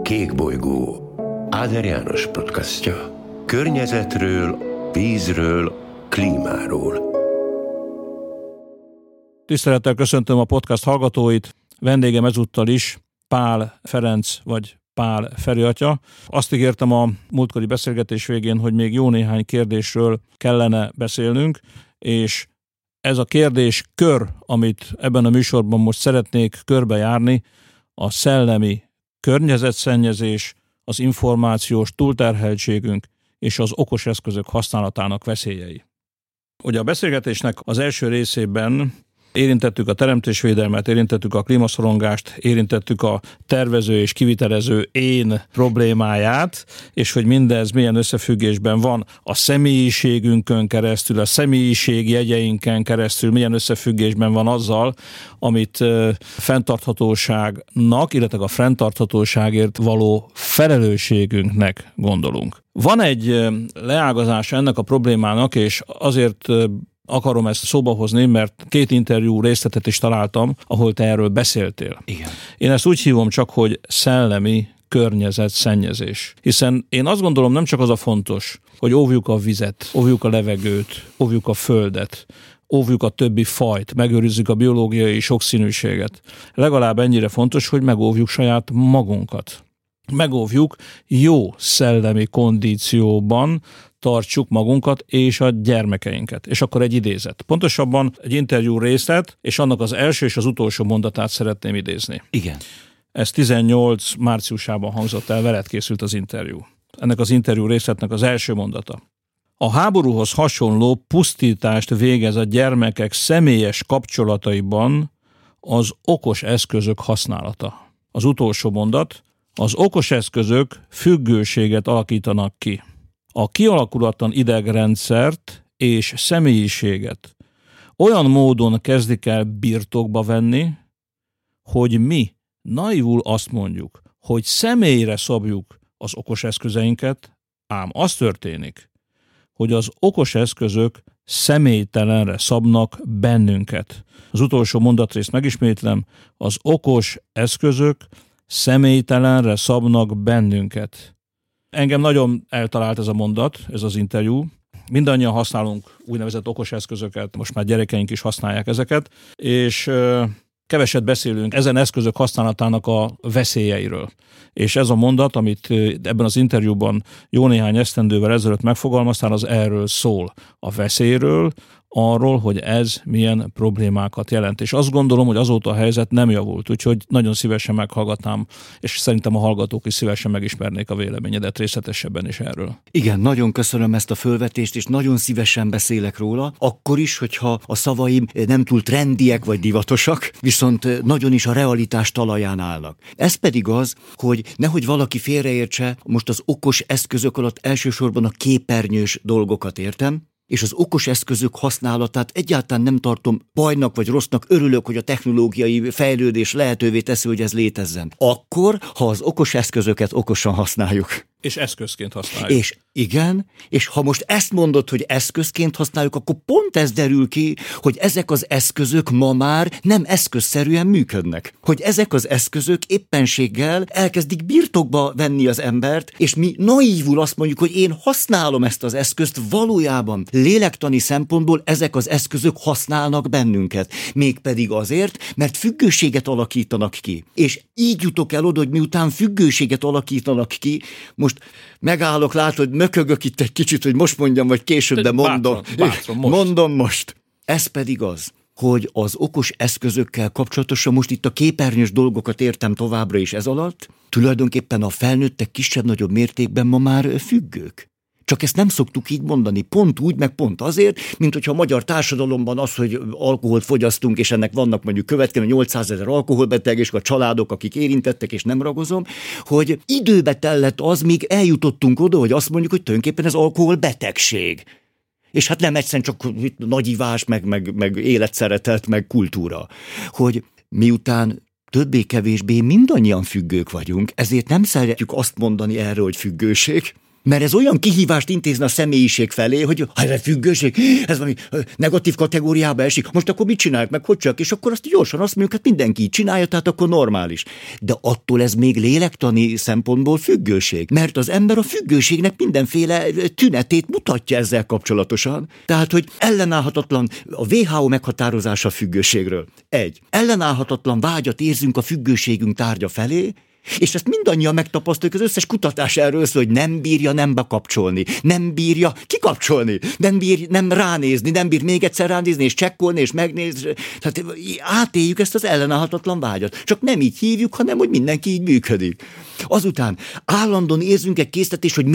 Kékbolygó Áder János podcastja. Környezetről, vízről, klímáról. Tisztelettel köszöntöm a podcast hallgatóit. Vendégem ezúttal is Pál Ferenc vagy Pál Feri atya. Azt ígértem a múltkori beszélgetés végén, hogy még jó néhány kérdésről kellene beszélnünk, és ez a kérdéskör, amit ebben a műsorban most szeretnék körbejárni, a szellemi környezetszennyezés, az információs túlterheltségünk és az okos eszközök használatának veszélyei. Ugye a beszélgetésnek az első részében érintettük a teremtésvédelmet, érintettük a klímaszorongást, érintettük a tervező és kivitelező én problémáját, és hogy mindez milyen összefüggésben van a személyiségünkön keresztül, a személyiségjegyeinken keresztül, milyen összefüggésben van azzal, amit fenntarthatóságnak, illetve a fenntarthatóságért való felelősségünknek gondolunk. Van egy leágazása ennek a problémának, és azért akarom ezt szóba hozni, mert 2 interjú részletet is találtam, ahol te erről beszéltél. Igen. Én ezt úgy hívom csak, hogy szellemi környezetszennyezés. Hiszen én azt gondolom, nem csak az a fontos, hogy óvjuk a vizet, óvjuk a levegőt, óvjuk a földet, óvjuk a többi fajt, megőrizzük a biológiai sokszínűséget. Legalább ennyire fontos, hogy megóvjuk saját magunkat. Megóvjuk, jó szellemi kondícióban tartsuk magunkat és a gyermekeinket. És akkor egy idézet. Pontosabban egy interjú részlet, és annak az első és az utolsó mondatát szeretném idézni. Igen. Ez 18 márciusában hangzott el, veled készült az interjú. Ennek az interjú részletnek az első mondata. A háborúhoz hasonló pusztítást végez a gyermekek személyes kapcsolataiban az okos eszközök használata. Az utolsó mondat. Az okos eszközök függőséget alakítanak ki. A kialakulatlan idegrendszert és személyiséget olyan módon kezdik el birtokba venni, hogy mi naivul azt mondjuk, hogy személyre szabjuk az okos eszközeinket, ám az történik, hogy az okos eszközök személytelenre szabnak bennünket. Az utolsó mondatrészt megismétlem, az okos eszközök személytelenre szabnak bennünket. Engem nagyon eltalált ez a mondat, ez az interjú. Mindannyian használunk úgynevezett okos eszközöket, most már gyerekeink is használják ezeket, és keveset beszélünk ezen eszközök használatának a veszélyeiről. És ez a mondat, amit ebben az interjúban jó néhány esztendővel ezelőtt megfogalmaztál, az erről szól. A veszélyről, arról, hogy ez milyen problémákat jelent. És azt gondolom, hogy azóta a helyzet nem javult, úgyhogy nagyon szívesen meghallgatnám, és szerintem a hallgatók is szívesen megismernék a véleményedet részletesebben is erről. Igen, nagyon köszönöm ezt a fölvetést, és nagyon szívesen beszélek róla, akkor is, hogyha a szavaim nem túl trendiek vagy divatosak, viszont nagyon is a realitás talaján állnak. Ez pedig az, hogy nehogy valaki félreértse, most az okos eszközök alatt elsősorban a képernyős dolgokat értem, és az okos eszközök használatát egyáltalán nem tartom bajnak vagy rossznak, örülök, hogy a technológiai fejlődés lehetővé teszi, hogy ez létezzen. Akkor, ha az okos eszközöket okosan használjuk. És eszközként használjuk. És igen, és ha most ezt mondod, hogy eszközként használjuk, akkor pont ez derül ki, hogy ezek az eszközök ma már nem eszközszerűen működnek. Hogy ezek az eszközök éppenséggel elkezdik birtokba venni az embert, és mi naívul azt mondjuk, hogy én használom ezt az eszközt, valójában lélektani szempontból ezek az eszközök használnak bennünket. Mégpedig azért, mert függőséget alakítanak ki. És így jutok el oda, hogy miután függőséget alakítanak ki, most megállok, látod, mökögök itt egy kicsit, hogy most mondjam, vagy később, de mondom. Bátran, most. Mondom most. Ez pedig az, hogy az okos eszközökkel kapcsolatosan most itt a képernyős dolgokat értem továbbra is ez alatt, tulajdonképpen a felnőttek kisebb-nagyobb mértékben ma már függők. Csak ezt nem szoktuk így mondani, pont úgy, meg pont azért, mint hogyha a magyar társadalomban az, hogy alkoholt fogyasztunk, és ennek vannak mondjuk következő 800 000 alkoholbeteg, és a családok, akik érintettek, és nem ragozom, hogy időbe tellett az, míg eljutottunk oda, hogy azt mondjuk, hogy tulajdonképpen ez alkoholbetegség. És hát nem egyszerűen csak nagyivás, meg életszeretet, meg kultúra. Hogy miután többé-kevésbé mindannyian függők vagyunk, ezért nem szeretjük azt mondani erről, hogy függőség, Mert ez olyan kihívást intézne a személyiség felé, hogy ez függőség, ez valami negatív kategóriába esik, most akkor mit csinálják meg, hogy csak, és akkor azt gyorsan azt mondjuk, hát mindenki így csinálja, tehát akkor normális. De attól ez még lélektani szempontból függőség, mert az ember a függőségnek mindenféle tünetét mutatja ezzel kapcsolatosan. Tehát, hogy ellenállhatatlan a WHO meghatározása a függőségről. Ellenállhatatlan vágyat érzünk a függőségünk tárgya felé, és ezt mindannyian megtapasztaljuk, az összes kutatás erről szól, hogy nem bírja nem bekapcsolni, nem bírja kikapcsolni, nem ránézni, nem bír még egyszer ránézni, és csekkolni, és megnézni. Tehát átéljük ezt az ellenállhatatlan vágyat. Csak nem így hívjuk, hanem hogy mindenki így működik. Azután állandóan érzünk egy késztetést, hogy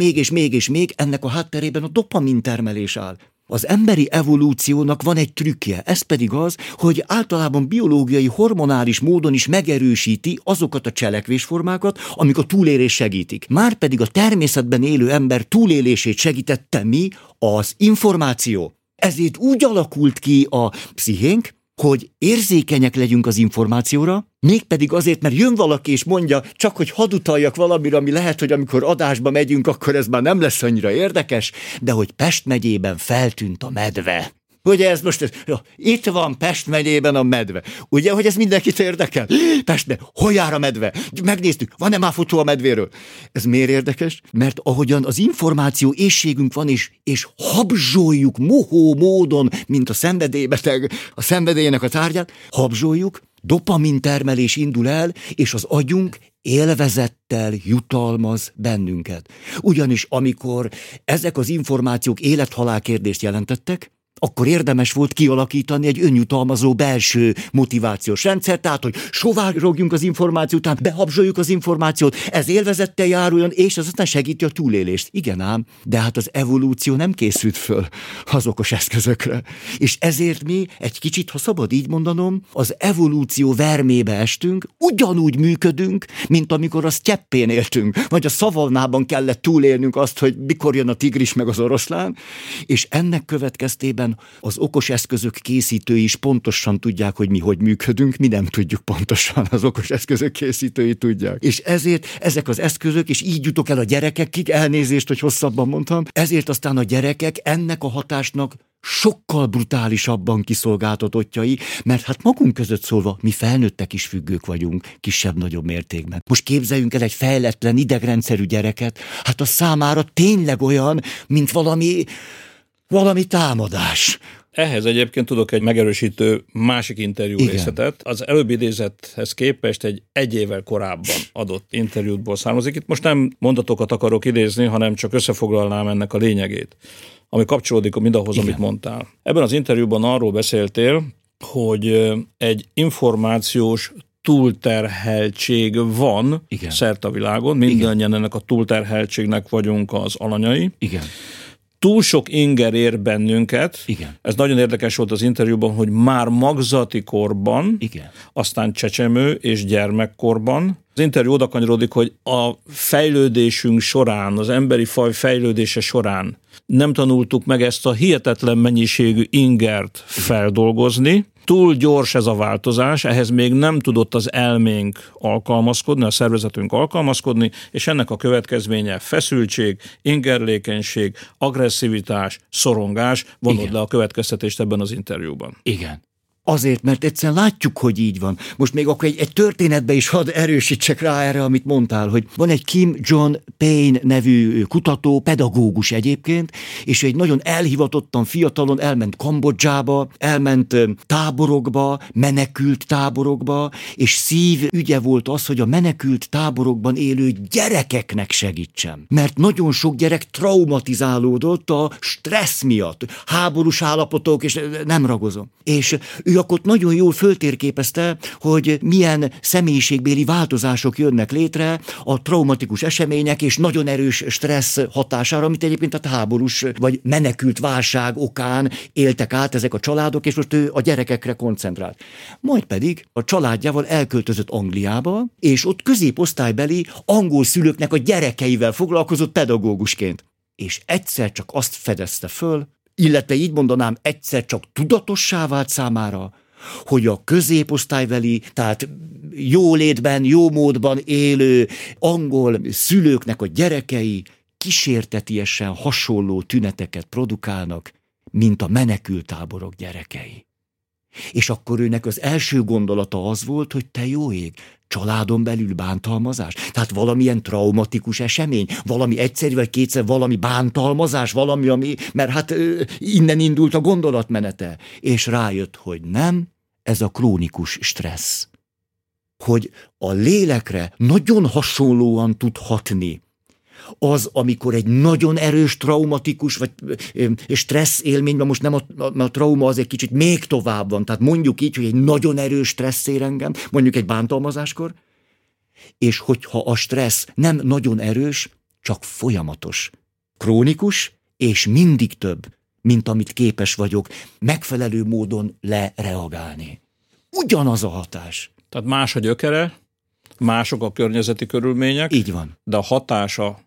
még, ennek a hátterében a dopamin termelés áll. Az emberi evolúciónak van egy trükkje, ez pedig az, hogy általában biológiai, hormonális módon is megerősíti azokat a cselekvésformákat, amik a túlélés segítik. Márpedig a természetben élő ember túlélését segítette mi? Az információ. Ezért úgy alakult ki a pszichénk, hogy érzékenyek legyünk az információra, mégpedig azért, mert jön valaki és mondja, csak hogy hadd utaljak valamire, ami lehet, hogy amikor adásba megyünk, akkor ez már nem lesz annyira érdekes, de hogy Pest megyében feltűnt a medve. Ugye ez most, itt van Pest megyében a medve. Ugye, hogy ez mindenkit érdekel? Pestben, hol jár a medve? Megnéztük, van-e már fotó a medvéről? Ez miért érdekes? Mert ahogyan az információ éhségünk van, és habzsoljuk mohó módon, mint a szenvedélybeteg, a szenvedélynek a tárgyát, habzsoljuk, dopamin termelés indul el, és az agyunk élvezettel jutalmaz bennünket. Ugyanis amikor ezek az információk élet-halál kérdést jelentettek, akkor érdemes volt kialakítani egy önjutalmazó belső motivációs rendszer, tehát, hogy sovárogjunk az információ után, behabzsoljuk az információt, ez élvezettel járuljon, és az aztán segíti a túlélést. Igen ám, de hát az evolúció nem készült föl az okos eszközökre. És ezért mi egy kicsit, ha szabad így mondanom, az evolúció vermébe estünk, ugyanúgy működünk, mint amikor a sztyeppén éltünk, vagy a szavannában kellett túlélnünk azt, hogy mikor jön a tigris meg az oroszlán, és ennek következtében az okos eszközök készítői is pontosan tudják, hogy mi hogy működünk, mi nem tudjuk pontosan, az okos eszközök készítői tudják. És ezért ezek az eszközök, és így jutok el a gyerekekig, elnézést, hogy hosszabban mondtam, ezért aztán a gyerekek ennek a hatásnak sokkal brutálisabban kiszolgáltatottjai, mert hát magunk között szólva mi felnőttek is függők vagyunk, kisebb-nagyobb mértékben. Most képzeljünk el egy fejletlen idegrendszerű gyereket, hát a számára tényleg olyan, mint valami támadás. Ehhez egyébként tudok egy megerősítő másik interjú részletet. Az előbb idézethez képest egy évvel korábban adott interjútból származik. Itt most nem mondatokat akarok idézni, hanem csak összefoglalnám ennek a lényegét, ami kapcsolódik mindahhoz, amit mondtál. Ebben az interjúban arról beszéltél, hogy egy információs túlterheltség van szerte a világon, mindannyian ennek a túlterheltségnek vagyunk az alanyai. Igen. Túl sok inger ér bennünket. Igen. Ez nagyon érdekes volt az interjúban, hogy már magzati korban, aztán csecsemő és gyermekkorban. Az interjú oda kanyarodik, hogy a fejlődésünk során, az emberi faj fejlődése során nem tanultuk meg ezt a hihetetlen mennyiségű ingert feldolgozni. Túl gyors ez a változás, ehhez még nem tudott az elménk alkalmazkodni, a szervezetünk alkalmazkodni, és ennek a következménye feszültség, ingerlékenység, agresszivitás, szorongás. Vonod le a következtetést ebben az interjúban. Igen. Azért, mert egyszerűen látjuk, hogy így van. Most még akkor egy történetbe is hadd erősítsek rá erre, amit mondtál, hogy van egy Kim John Payne nevű kutató, pedagógus egyébként, és egy nagyon elhivatottan fiatalon elment Kambodzsába, elment táborokba, menekült táborokba, és szív ügye volt az, hogy a menekült táborokban élő gyerekeknek segítsen. Mert nagyon sok gyerek traumatizálódott a stressz miatt, háborús állapotok, és nem ragozom. És ő akkor nagyon jól föltérképezte, hogy milyen személyiségbéli változások jönnek létre a traumatikus események és nagyon erős stressz hatására, amit egyébként a háborús vagy menekült válság okán éltek át ezek a családok, és most ő a gyerekekre koncentrált. Majd pedig a családjával elköltözött Angliába, és ott középosztálybeli angol szülőknek a gyerekeivel foglalkozott pedagógusként. És egyszer csak azt fedezte föl, illetve így mondanám, egyszer csak tudatossá vált számára, hogy a középosztálybeli, tehát jólétben, jó módban élő angol szülőknek a gyerekei kísértetiesen hasonló tüneteket produkálnak, mint a menekülttáborok gyerekei. És akkor őnek az első gondolata az volt, hogy te jó ég, családon belül bántalmazás? Tehát valamilyen traumatikus esemény, valami egyszer vagy kétszer valami bántalmazás, valami, ami, mert hát innen indult a gondolatmenete. És rájött, hogy nem, ez a krónikus stressz. Hogy a lélekre nagyon hasonlóan tud hatni az, amikor egy nagyon erős traumatikus vagy stressz élményben, most nem a trauma az egy kicsit még tovább van, tehát mondjuk így, hogy egy nagyon erős stressz ér engem, mondjuk egy bántalmazáskor, és hogyha a stressz nem nagyon erős, csak folyamatos, krónikus, és mindig több, mint amit képes vagyok megfelelő módon lereagálni. Ugyanaz a hatás. Tehát más a gyökere, mások a környezeti körülmények. Így van. De a hatása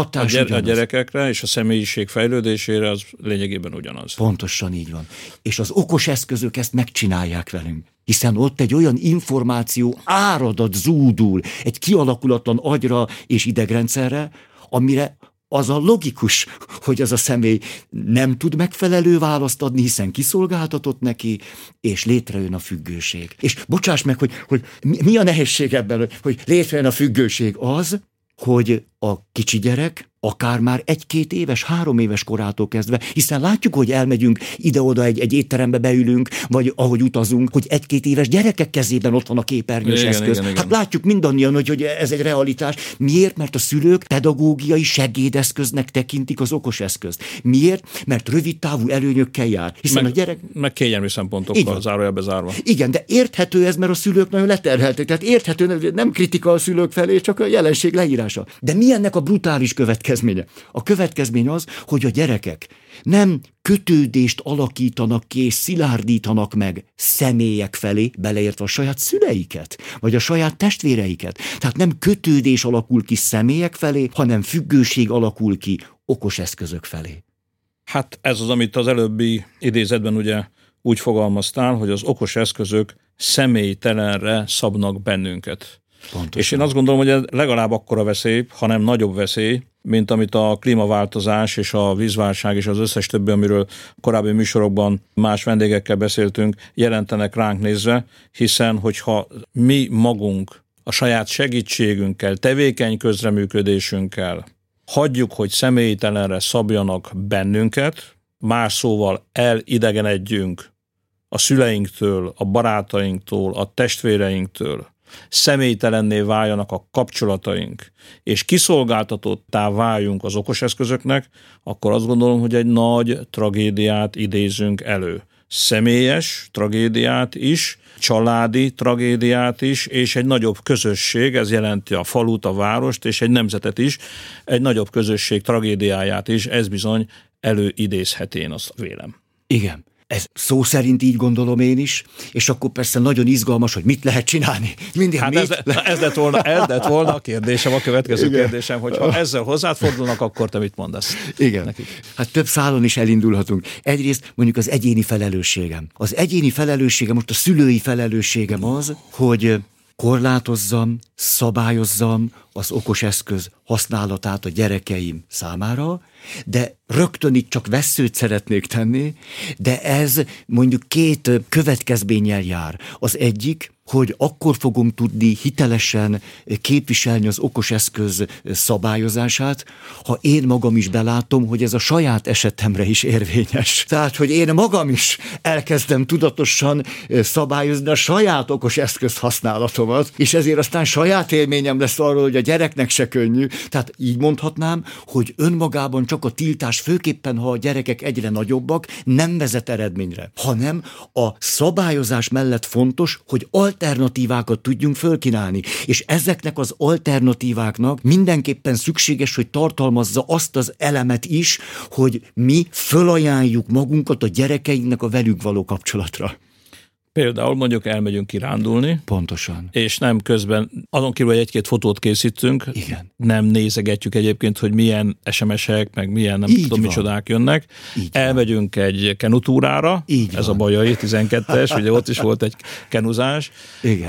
a gyerekekre és a személyiség fejlődésére az lényegében ugyanaz. Pontosan így van. És az okos eszközök ezt megcsinálják velünk. Hiszen ott egy olyan információ áradat zúdul egy kialakulatlan agyra és idegrendszerre, amire az a logikus, hogy az a személy nem tud megfelelő választ adni, hiszen kiszolgáltatott neki, és létrejön a függőség. És bocsáss meg, hogy mi a nehézség ebben, hogy létrejön a függőség az, hogy a kicsi gyerek akár már 1-2 éves, 3 éves korától kezdve, hiszen látjuk, hogy elmegyünk ide-oda egy étterembe beülünk, vagy ahogy utazunk, hogy 1-2 éves gyerekek kezében ott van a képernyős eszköz. Igen. Hát látjuk mindannyian, hogy ez egy realitás. Miért? Mert a szülők pedagógiai segédeszköznek tekintik az okos eszközt. Miért? Mert rövidtávú előnyökkel jár. Hiszen a gyerek... Meg kényelmi szempontokkal zárójelbe zárva. Igen, de érthető ez, mert a szülők nagyon leterheltek. Tehát érthető, nem kritika a szülők felé, csak a jelenség leírása. De mi ennek a brutális következménye? A következmény az, hogy a gyerekek nem kötődést alakítanak ki és szilárdítanak meg személyek felé, beleértve a saját szüleiket, vagy a saját testvéreiket. Tehát nem kötődés alakul ki személyek felé, hanem függőség alakul ki okos eszközök felé. Hát ez az, amit az előbbi idézetben ugye úgy fogalmaztál, hogy az okos eszközök személytelenre szabnak bennünket. Pontosan. És én azt gondolom, hogy ez legalább akkora veszély, hanem nagyobb veszély, mint amit a klímaváltozás és a vízválság és az összes többi, amiről korábbi műsorokban más vendégekkel beszéltünk, jelentenek ránk nézve, hiszen hogyha mi magunk a saját segítségünkkel, tevékeny közreműködésünkkel hagyjuk, hogy személytelenre szabjanak bennünket, más szóval elidegenedjünk a szüleinktől, a barátainktól, a testvéreinktől, személytelenné váljanak a kapcsolataink, és kiszolgáltatottá váljunk az okos eszközöknek, akkor azt gondolom, hogy egy nagy tragédiát idézünk elő. Személyes tragédiát is, családi tragédiát is, és egy nagyobb közösség, ez jelenti a falut, a várost, és egy nemzetet is, egy nagyobb közösség tragédiáját is, ez bizony előidézheti, én azt vélem. Igen. Ez szó szerint így gondolom én is, és akkor persze nagyon izgalmas, hogy mit lehet csinálni. Mindig hát ez lett volna a kérdésem, a következő kérdésem, hogy ha ezzel hozzáfordulnak, akkor te mit mondasz? Igen. Nekik? Hát több szálon is elindulhatunk. Egyrészt mondjuk az egyéni felelősségem. Az egyéni felelősségem, most a szülői felelősségem az, hogy korlátozzam, szabályozzam az okos eszköz használatát a gyerekeim számára, de rögtön itt csak vesszőt szeretnék tenni, de ez mondjuk 2 következménnyel jár. Az egyik, hogy akkor fogom tudni hitelesen képviselni az okos eszköz szabályozását, ha én magam is belátom, hogy ez a saját esetemre is érvényes. Tehát, hogy én magam is elkezdem tudatosan szabályozni a saját okos eszköz használatomat, és ezért aztán saját élményem lesz arról, hogy a gyereknek se könnyű. Tehát így mondhatnám, hogy önmagában csak a tiltás, főképpen ha a gyerekek egyre nagyobbak, nem vezet eredményre, hanem a szabályozás mellett fontos, hogy alternatívákat tudjunk fölkínálni. És ezeknek az alternatíváknak mindenképpen szükséges, hogy tartalmazza azt az elemet is, hogy mi fölajánljuk magunkat a gyerekeinknek a velük való kapcsolatra. Például mondjuk elmegyünk kirándulni. Pontosan. És nem közben, azon kívül, hogy 1-2 fotót készítünk, igen, nem nézegetjük egyébként, hogy milyen SMS-ek, meg milyen nem tudom micsodák jönnek. Elmegyünk egy kenutúrára, ez a Bajai 12-es, ugye ott is volt egy kenuzás, és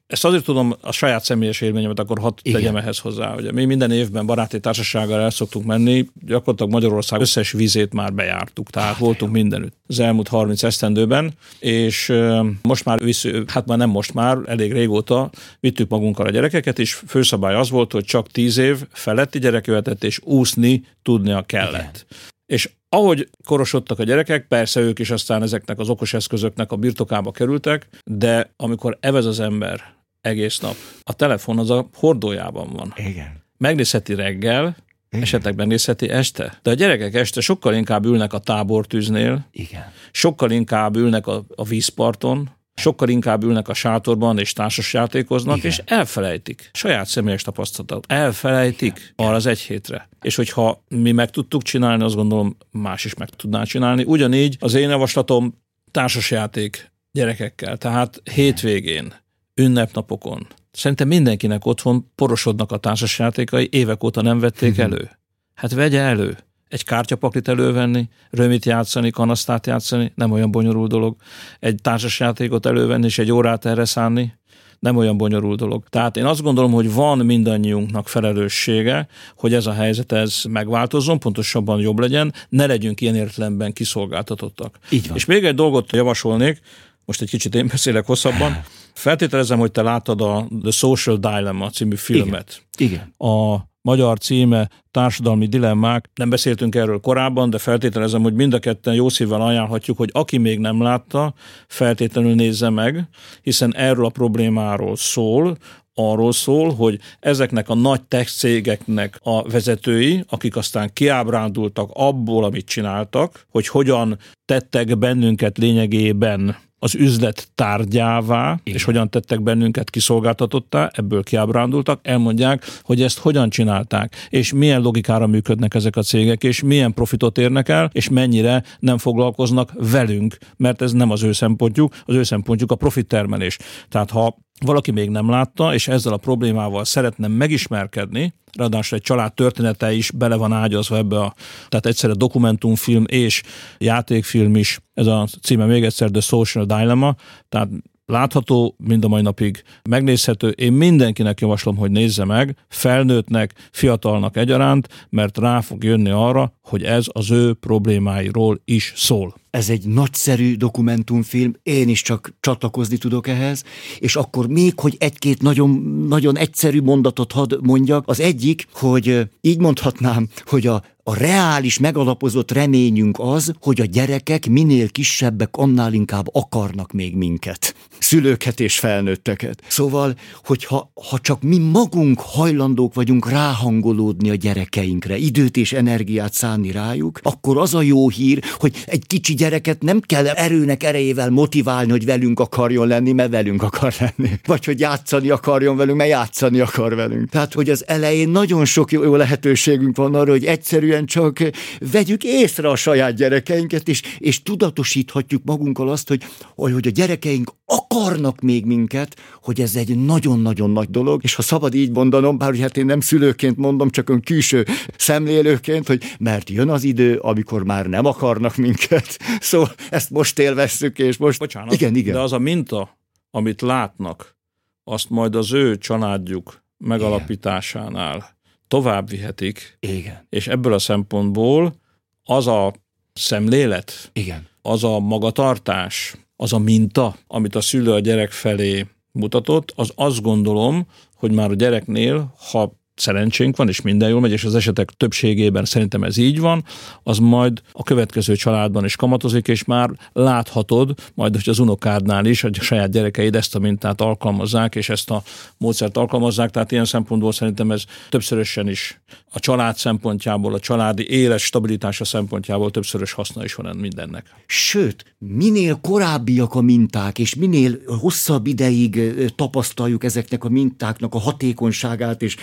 ezt azért tudom, a saját személyes élményemet akkor hadd tegyem ehhez hozzá. Ugye mi minden évben baráti társasággal el szoktunk menni, gyakorlatilag Magyarország összes vízét már bejártuk, tehát voltunk mindenütt az elmúlt 30 esztendőben, és most már már nem most már, elég régóta vittük magunkkal a gyerekeket, és főszabály az volt, hogy csak 10 év feletti gyerek jöhetett, és úszni tudnia kellett. Igen. És ahogy korosodtak a gyerekek, persze ők is aztán ezeknek az okos eszközöknek a birtokába kerültek, de amikor evez az ember egész nap, a telefon az a hordójában van. Igen. Megnézheti reggel, igen. Esetleg megnézheti este, de a gyerekek este sokkal inkább ülnek a tábortűznél, igen. Sokkal inkább ülnek a vízparton, sokkal inkább ülnek a sátorban és társasjátékoznak, igen. És elfelejtik. Saját személyes tapasztalatot. Elfelejtik arra az egy hétre. És hogyha mi meg tudtuk csinálni, azt gondolom más is meg tudná csinálni. Ugyanígy az én javaslatom társasjáték gyerekekkel, tehát hétvégén, ünnepnapokon. Szerintem mindenkinek otthon porosodnak a társasjátékai, évek óta nem vették elő. Hát vegye elő. Egy kártyapaklit elővenni, römit játszani, kanasztát játszani, nem olyan bonyolult dolog. Egy társasjátékot elővenni és egy órát erre szánni, nem olyan bonyolult dolog. Tehát én azt gondolom, hogy van mindannyiunknak felelőssége, hogy ez a helyzet megváltozzon, pontosabban jobb legyen, ne legyünk ilyen értelemben kiszolgáltatottak. Így van. És még egy dolgot javasolnék, most egy kicsit én beszélek hosszabban. Feltételezem, hogy te láttad a The Social Dilemma című filmet. Igen. A magyar címe Társadalmi dilemmák. Nem beszéltünk erről korábban, de feltételezem, hogy mind a ketten jó szívvel ajánlhatjuk, hogy aki még nem látta, feltétlenül nézze meg, hiszen erről a problémáról szól, arról szól, hogy ezeknek a nagy tech cégeknek a vezetői, akik aztán kiábrándultak abból, amit csináltak, hogy hogyan tettek bennünket lényegében az üzlet tárgyává, igen. És hogyan tettek bennünket kiszolgáltatottá, ebből kiábrándultak, elmondják, hogy ezt hogyan csinálták, és milyen logikára működnek ezek a cégek, és milyen profitot érnek el, és mennyire nem foglalkoznak velünk, mert ez nem az ő szempontjuk, az ő szempontjuk a profittermelés. Tehát ha valaki még nem látta, és ezzel a problémával szeretne megismerkedni, ráadásul egy család története is bele van ágyazva ebbe tehát egyszerre dokumentumfilm és játékfilm is, ez a címe még egyszer The Social Dilemma, tehát látható, mind a mai napig megnézhető. Én mindenkinek javaslom, hogy nézze meg, felnőttnek, fiatalnak egyaránt, mert rá fog jönni arra, hogy ez az ő problémáiról is szól. Ez egy nagyszerű dokumentumfilm, én is csak csatlakozni tudok ehhez, és akkor még, hogy egy-két nagyon, nagyon egyszerű mondatot hadd mondjak. Az egyik, hogy így mondhatnám, hogy a reális, megalapozott reményünk az, hogy a gyerekek minél kisebbek, annál inkább akarnak még minket. Szülőket és felnőtteket. Szóval, hogyha csak mi magunk hajlandók vagyunk ráhangolódni a gyerekeinkre, időt és energiát szánni rájuk, akkor az a jó hír, hogy egy kicsi gyereket nem kell erőnek erejével motiválni, hogy velünk akarjon lenni, mert velünk akar lenni. Vagy hogy játszani akarjon velünk, mert játszani akar velünk. Tehát, hogy az elején nagyon sok jó lehetőségünk van arra, hogy egyszerűen csak vegyük észre a saját gyerekeinket, és tudatosíthatjuk magunkkal azt, hogy a gyerekeink akarnak még minket, hogy ez egy nagyon-nagyon nagy dolog, és ha szabad így mondanom, bár hát én nem szülőként mondom, csak ön külső szemlélőként, hogy mert jön az idő, amikor már nem akarnak minket. Szóval ezt most élvezzük, és most... Bocsánat, igen. De az a minta, amit látnak, azt majd az ő családjuk megalapításánál tovább vihetik, igen. És ebből a szempontból az a szemlélet, igen. Az a magatartás, az a minta, amit a szülő a gyerek felé mutatott, az azt gondolom, hogy már a gyereknél, ha szerencsénk van, és minden jól megy, és az esetek többségében szerintem ez így van, az majd a következő családban is kamatozik, és már láthatod, majd hogy az unokádnál is, hogy a saját gyerekeid ezt a mintát alkalmazzák, és ezt a módszert alkalmazzák, tehát ilyen szempontból szerintem ez többszörösen is a család szempontjából, a családi élet stabilitása szempontjából többszörös haszna is van mindennek. Sőt, minél korábbiak a minták, és minél hosszabb ideig tapasztaljuk ezeknek a mintáknak a hatékonyságát és áldását,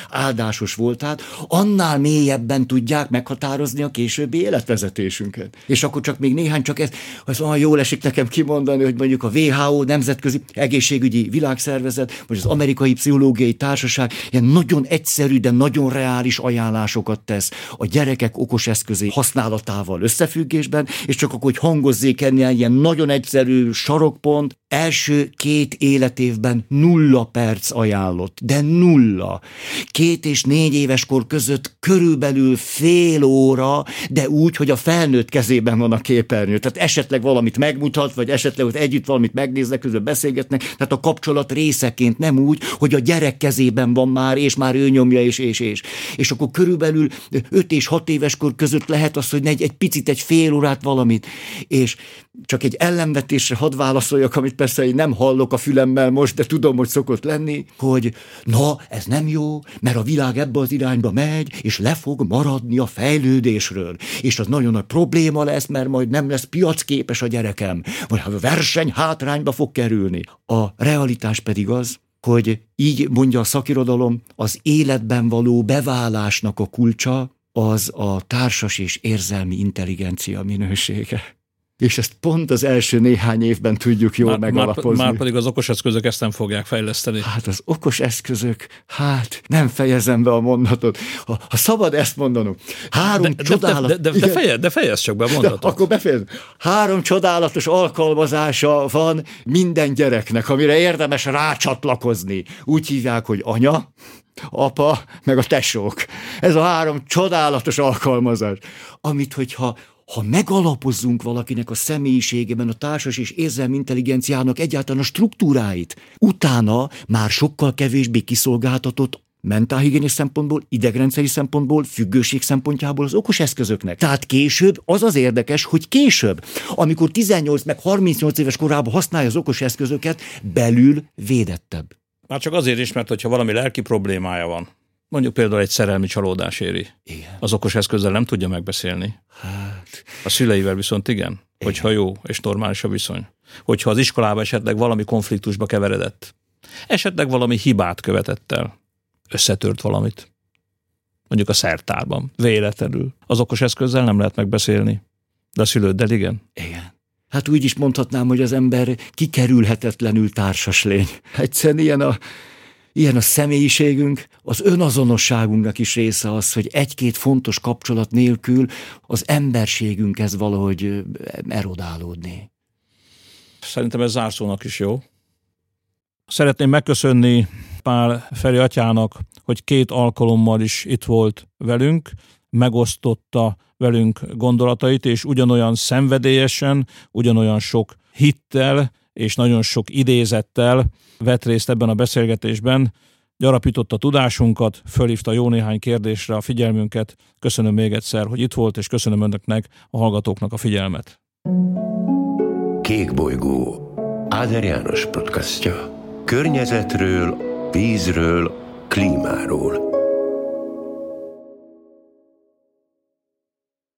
megoldásos voltát, annál mélyebben tudják meghatározni a későbbi életvezetésünket. És akkor csak még néhány, csak ez olyan jól esik nekem kimondani, hogy mondjuk a WHO, Nemzetközi Egészségügyi Világszervezet, vagy az Amerikai Pszichológiai Társaság ilyen nagyon egyszerű, de nagyon reális ajánlásokat tesz a gyerekek okos eszközé használatával összefüggésben, és csak akkor, hogy hangozzék ennél ilyen nagyon egyszerű sarokpont, első 2 életévben 0 perc ajánlott, de 0. 2 és 4 éves kor között körülbelül fél óra, de úgy, hogy a felnőtt kezében van a képernyő. Tehát esetleg valamit megmutat, vagy esetleg ott együtt valamit megnéznek, közben beszélgetnek, tehát a kapcsolat részeként, nem úgy, hogy a gyerek kezében van már, és már ő nyomja, és. És akkor körülbelül 5 és 6 éves kor között lehet az, hogy egy picit, egy fél órát valamit. És csak egy ellenvetésre hadd válaszoljak, amit persze én nem hallok a fülemmel most, de tudom, hogy szokott lenni, hogy na, ez nem jó, mert a világ ebbe az irányba megy, és le fog maradni a fejlődésről. És az nagyon nagy probléma lesz, mert majd nem lesz piacképes a gyerekem, vagy a verseny hátrányba fog kerülni. A realitás pedig az, hogy így mondja a szakirodalom, az életben való beválásnak a kulcsa az a társas és érzelmi intelligencia minősége. És ezt pont az első néhány évben tudjuk jól megalapozni. Már pedig az okos eszközök ezt nem fogják fejleszteni. Hát az okos eszközök, nem fejezem be a mondatot. Ha szabad ezt mondanom. 3 csodálatos... De fejezz csak be a mondatot. Akkor befejezem. 3 csodálatos alkalmazása van minden gyereknek, amire érdemes rácsatlakozni. Úgy hívják, hogy anya, apa, meg a tesók. Ez a 3 csodálatos alkalmazás, amit hogyha megalapozzunk valakinek a személyiségében, a társas és érzelmi intelligenciának egyáltalán a struktúráit, utána már sokkal kevésbé kiszolgáltatott mentálhigiénés szempontból, idegrendszeri szempontból, függőség szempontjából az okos eszközöknek. Tehát később, az az érdekes, hogy később, amikor 18 meg 38 éves korában használja az okos eszközöket, belül védettebb. Már csak azért is, mert hogyha valami lelki problémája van, mondjuk például egy szerelmi csalódás éri. Igen. Az okos eszközzel nem tudja megbeszélni. A szüleivel viszont igen, hogyha jó és normális a viszony. Hogyha az iskolában esetleg valami konfliktusba keveredett, esetleg valami hibát követett el, összetört valamit, mondjuk a szertárban, véletlenül. Az okos eszközzel nem lehet megbeszélni, de a szülőddel igen. Igen. Hát úgy is mondhatnám, hogy az ember kikerülhetetlenül társas lény. Egyszerűen ilyen a személyiségünk, az önazonosságunknak is része az, hogy 1-2 fontos kapcsolat nélkül az emberségünk ez valahogy erodálódni. Szerintem ez zárszónak is jó. Szeretném megköszönni Pál Feri atyának, hogy 2 alkalommal is itt volt velünk, megosztotta velünk gondolatait, és ugyanolyan szenvedélyesen, ugyanolyan sok hittel és nagyon sok idézettel vett részt ebben a beszélgetésben, gyarapította tudásunkat, fölhívta jó néhány kérdésre a figyelmünket. Köszönöm még egyszer, hogy itt volt, és köszönöm önöknek, a hallgatóknak a figyelmet. Kék bolygó, Áder János podcastja. Környezetről, vízről, klímáról.